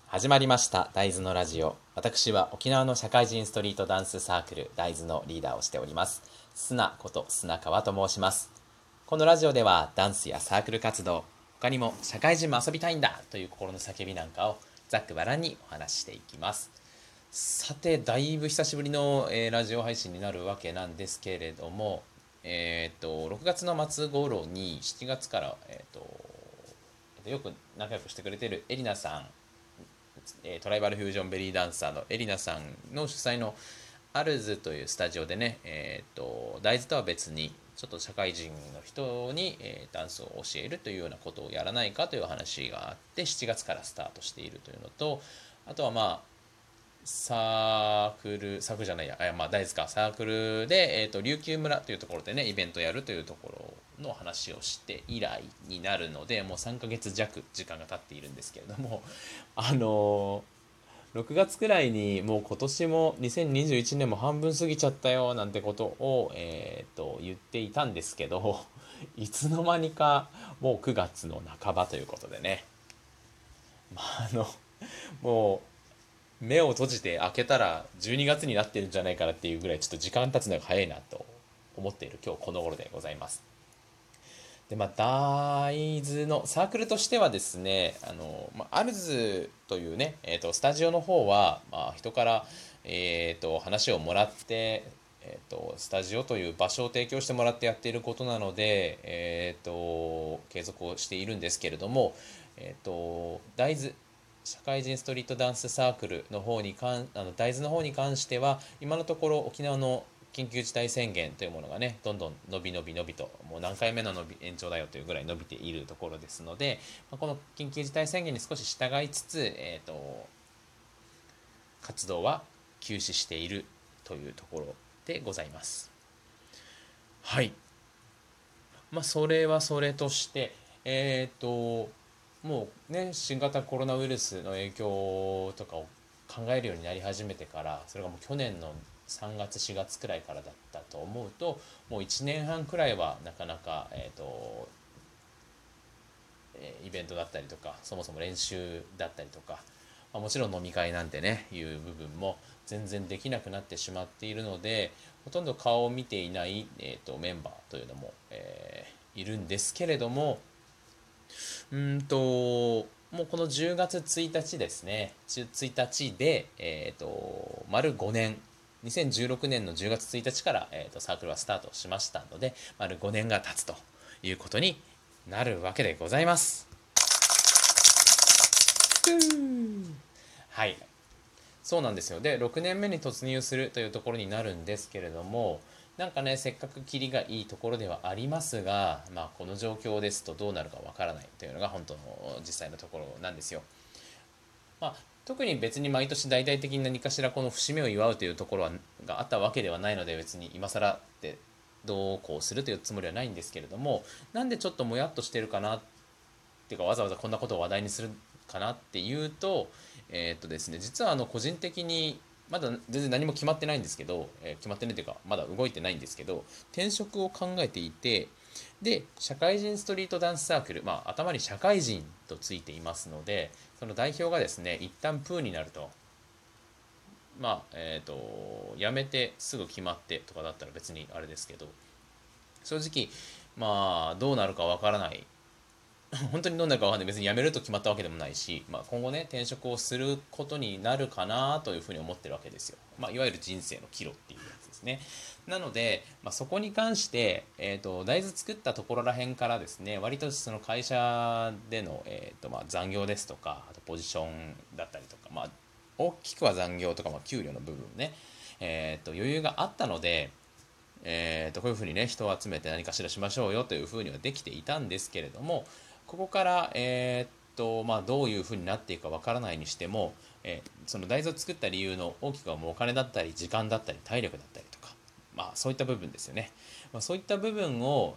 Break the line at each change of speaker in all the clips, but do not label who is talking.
始まりました大豆のラジオ。私は沖縄の社会人ストリートダンスサークル大豆のリーダーをしております砂こと砂川と申します。このラジオではダンスやサークル活動、他にも社会人も遊びたいんだという心の叫びなんかをざっくばらんにお話ししていきます。さて、だいぶ久しぶりの、ラジオ配信になるわけなんですけれども、6月の末頃に7月から、よく仲良くしてくれてるエリナさん、トライバルフュージョンベリーダンサーのエリナさんの主催のアルズというスタジオでね、大豆とは別にちょっと社会人の人に、ダンスを教えるというようなことをやらないかという話があって7月からスタートしているというのと、あとはサークルじゃないや、大豆か、サークルで、琉球村というところでねイベントやるというところの話をして以来になるので、もう3ヶ月弱時間が経っているんですけれども、6月くらいにもう今年も2021年も半分過ぎちゃったよなんてことを、言っていたんですけど、いつの間にかもう9月の半ばということでね、まあ、もう目を閉じて開けたら12月になってるんじゃないかなっていうぐらいちょっと時間経つのが早いなと思っている今日この頃でございます。で、大豆のサークルとしてはですね、アルズというね、スタジオの方は、人から、話をもらって、スタジオという場所を提供してもらってやっていることなので、継続をしているんですけれども、大豆社会人ストリートダンスサークルの方に大豆の方に関しては今のところ沖縄の緊急事態宣言というものがねどんどん伸びともう何回目の延長だよというぐらい伸びているところですので、この緊急事態宣言に少し従いつつ、活動は休止しているというところでございます。はい。それはそれとして、もうね、新型コロナウイルスの影響とかを考えるようになり始めてから、それがもう去年の3月4月くらいからだったと思うと、もう1年半くらいはなかなか、イベントだったりとか、そもそも練習だったりとか、もちろん飲み会なんてねいう部分も全然できなくなってしまっているので、ほとんど顔を見ていない、メンバーというのも、いるんですけれども、もうこの10月1日ですね、1日で、丸5年、2016年の10月1日から、サークルはスタートしましたので、丸5年が経つということになるわけでございます。はい、そうなんですよ。で、6年目に突入するというところになるんですけれども、なんかね、せっかくキリがいいところではありますが、この状況ですとどうなるかわからないというのが本当の実際のところなんですよ。特に別に毎年大々的に何かしらこの節目を祝うというところがあったわけではないので、別に今更ってどうこうするというつもりはないんですけれども、なんでちょっともやっとしてるかなっていうか、わざわざこんなことを話題にするかなっていうと、ですね、実は個人的にまだ全然何も決まってないんですけど、決まってないというかまだ動いてないんですけど、転職を考えていて、で社会人ストリートダンスサークル、頭に社会人とついていますので、その代表がですね一旦プーになると、辞めてすぐ決まってとかだったら別にあれですけど、正直どうなるかわからない。本当にどうなるかわかんない。別に辞めると決まったわけでもないし、今後ね転職をすることになるかなというふうに思ってるわけですよ。いわゆる人生の岐路っていうやつですね。なので、そこに関して、大豆作ったところらへんからですね、割とその会社での、残業ですとか、あとポジションだったりとか、大きくは残業とか、給料の部分ね、余裕があったので、こういうふうにね人を集めて何かしらしましょうよというふうにはできていたんですけれども、ここから、どういうふうになっていくかわからないにしても、その大豆を作った理由の大きくはもうお金だったり時間だったり体力だったりとか、そういった部分ですよね。そういった部分を、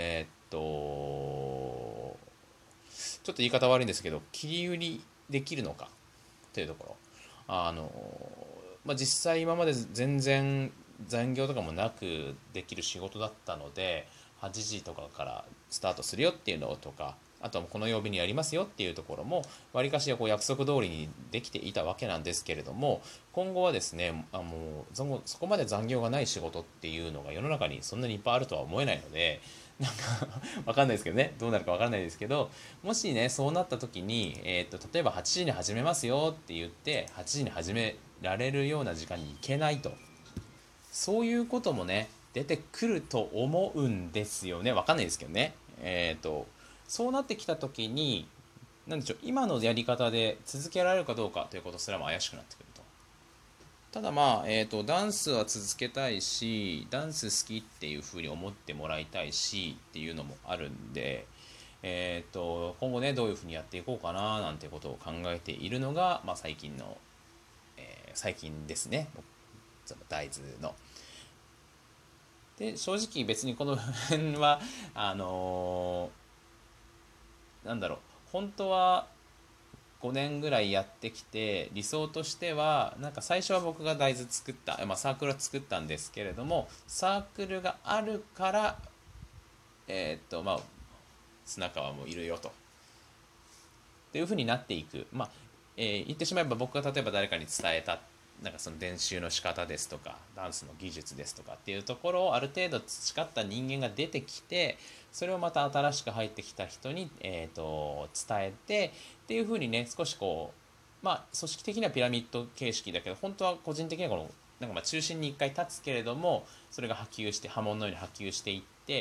ちょっと言い方悪いんですけど切り売りできるのかというところ、実際今まで全然残業とかもなくできる仕事だったので、8時とかからスタートするよっていうのとか、あとはこの曜日にやりますよっていうところもわりかしこう約束通りにできていたわけなんですけれども、今後はですね、そこまで残業がない仕事っていうのが世の中にそんなにいっぱいあるとは思えないので、なんかわかんないですけどね、どうなるかわからないですけど、もしねそうなった時に、例えば8時に始めますよって言って8時に始められるような時間に行けないと、そういうこともね出てくると思うんですよね。わかんないですけどね。そうなってきた時に、なんでしょう、今のやり方で続けられるかどうかということすらも怪しくなってくると。ただダンスは続けたいし、ダンス好きっていうふうに思ってもらいたいしっていうのもあるんで、今後ねどういうふうにやっていこうかななんてことを考えているのが、最近ですね。その大豆ので、正直別にこの辺はあのなんだろう、本当は5年ぐらいやってきて、理想としてはなんか最初は僕が大豆作った、サークルは作ったんですけれども、サークルがあるから砂川もいるよとっていう風になっていく、言ってしまえば僕が例えば誰かに伝えたなんかその練習の仕方ですとかダンスの技術ですとかっていうところをある程度培った人間が出てきて、それをまた新しく入ってきた人に、伝えてっていう風にね、少しこう組織的にはピラミッド形式だけど、本当は個人的にはこのなんか中心に一回立つけれども、それが波及して波紋のように波及していって、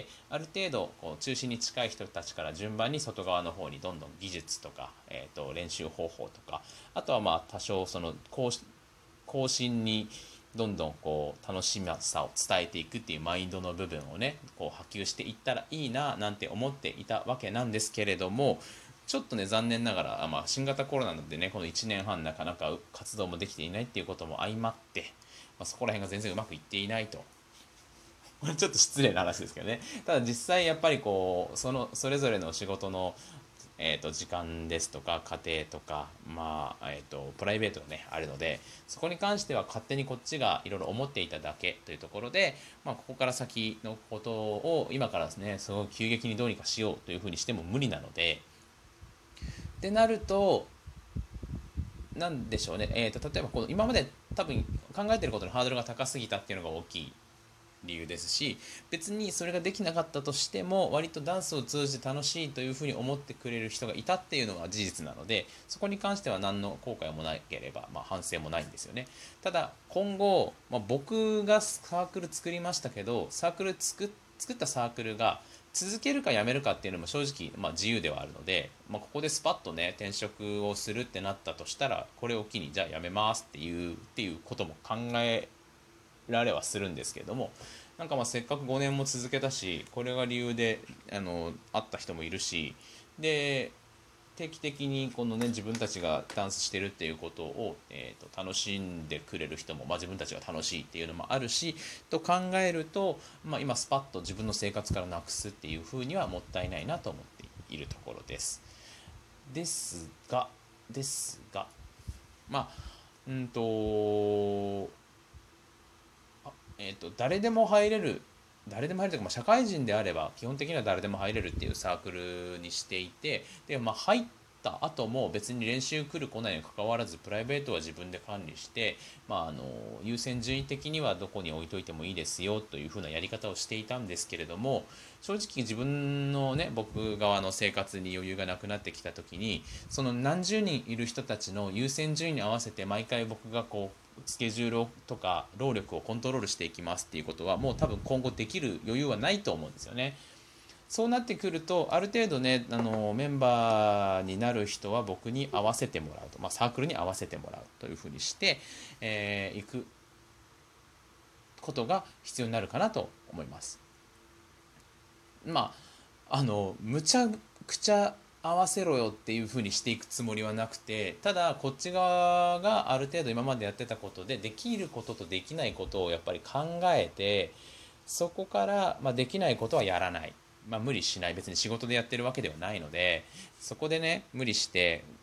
ある程度こう中心に近い人たちから順番に外側の方にどんどん技術とか、練習方法とか、あとは多少その更新にどんどんこう楽しみさを伝えていくっていうマインドの部分をねこう波及していったらいいななんて思っていたわけなんですけれども、ちょっとね残念ながら、新型コロナでねこの1年半なかなか活動もできていないっていうことも相まって、そこら辺が全然うまくいっていないと。これちょっと失礼な話ですけどね。ただ実際やっぱりこうそれぞれの仕事の時間ですとか家庭とか、プライベートがねあるので、そこに関しては勝手にこっちがいろいろ思っていただけというところで、ここから先のことを今からですねすごい急激にどうにかしようというふうにしても無理なので、ってなるとなんでしょうね、例えばこの今まで多分考えてることのハードルが高すぎたっていうのが大きい理由ですし、別にそれができなかったとしても割とダンスを通じて楽しいというふうに思ってくれる人がいたっていうのが事実なので、そこに関しては何の後悔もなければ、反省もないんですよね。ただ今後、僕がサークル作りましたけど、作ったサークルが続けるかやめるかっていうのも正直、自由ではあるので、ここでスパッとね転職をするってなったとしたら、これを機にじゃあやめますっていうことも考えられはするんですけれども、なんかせっかく5年も続けたし、これが理由で会った人もいるし、で定期的にこのね自分たちがダンスしてるっていうことを、楽しんでくれる人も、自分たちが楽しいっていうのもあるしと考えると、今スパッと自分の生活からなくすっていうふうにはもったいないなと思っているところです。ですがまあうんと誰でも入れるというか、社会人であれば基本的には誰でも入れるっていうサークルにしていて、で、入った後も別に練習来る来ないにかかわらずプライベートは自分で管理して、優先順位的にはどこに置いといてもいいですよという風なやり方をしていたんですけれども、正直自分のね僕側の生活に余裕がなくなってきた時に、その何十人いる人たちの優先順位に合わせて毎回僕がこうスケジュールとか労力をコントロールしていきますっていうことはもう多分今後できる余裕はないと思うんですよね。そうなってくるとある程度ねメンバーになる人は僕に合わせてもらうと、サークルに合わせてもらうというふうにして、いくことが必要になるかなと思います。むちゃくちゃ合わせろよっていう風にしていくつもりはなくて、ただこっち側がある程度今までやってたことでできることとできないことをやっぱり考えて、そこから、できないことはやらない、無理しない、別に仕事でやってるわけではないので、そこでね無理して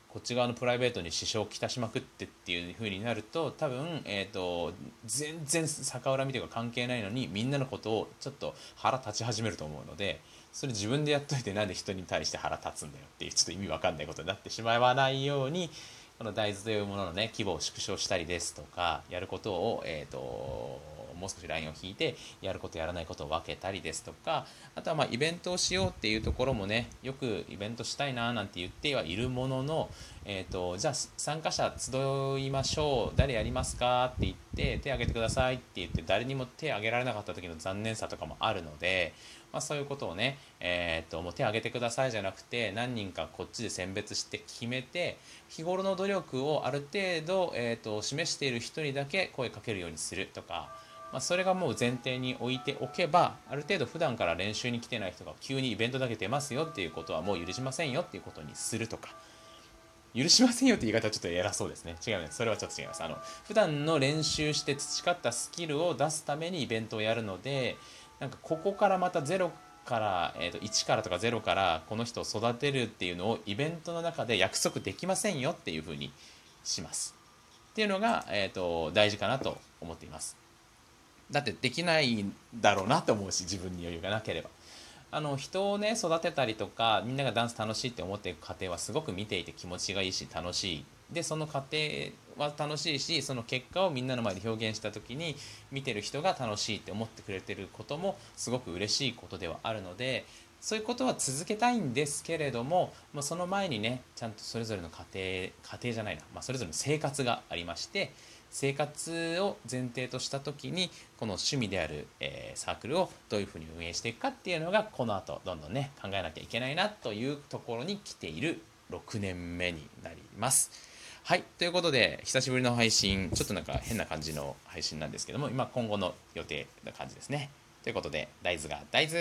こっち側のプライベートに支障をきたしまくってっていう風になると多分、全然逆恨みというか関係ないのにみんなのことをちょっと腹立ち始めると思うので、それ自分でやっといてなんで人に対して腹立つんだよっていうちょっと意味わかんないことになってしまわないように、この大豆というもののね規模を縮小したりですとか、やることをもう少しラインを引いてやることやらないことを分けたりですとか、あとはイベントをしようっていうところもね、よくイベントしたいななんて言ってはいるものの、じゃあ参加者集いましょう、誰やりますかって言って手挙げてくださいって言って誰にも手挙げられなかった時の残念さとかもあるので、そういうことをね、もう手挙げてくださいじゃなくて何人かこっちで選別して決めて、日頃の努力をある程度、示している人にだけ声かけるようにするとか、それがもう前提に置いておけば、ある程度普段から練習に来てない人が急にイベントだけ出ますよっていうことはもう許しませんよっていうことにするとか。許しませんよって言い方はちょっと偉そうですね。違うね。それはちょっと違います。普段の練習して培ったスキルを出すためにイベントをやるので、なんかここからまたゼロから、1からとか0からこの人を育てるっていうのをイベントの中で約束できませんよっていうふうにします。っていうのが、大事かなと思っています。だってできないんだろうなと思うし、自分に余裕がなければ。人をね育てたりとか、みんながダンス楽しいって思っていく過程はすごく見ていて気持ちがいいし楽しいで、その過程は楽しいし、その結果をみんなの前で表現した時に見てる人が楽しいって思ってくれてることもすごく嬉しいことではあるので、そういうことは続けたいんですけれども、その前にねちゃんとそれぞれの家庭じゃないな、それぞれの生活がありまして、生活を前提とした時にこの趣味である、サークルをどういうふうに運営していくかっていうのがこの後どんどんね考えなきゃいけないなというところに来ている6年目になります。はい、ということで久しぶりの配信、ちょっとなんか変な感じの配信なんですけども、今後の予定な感じですね。ということで大豆が大豆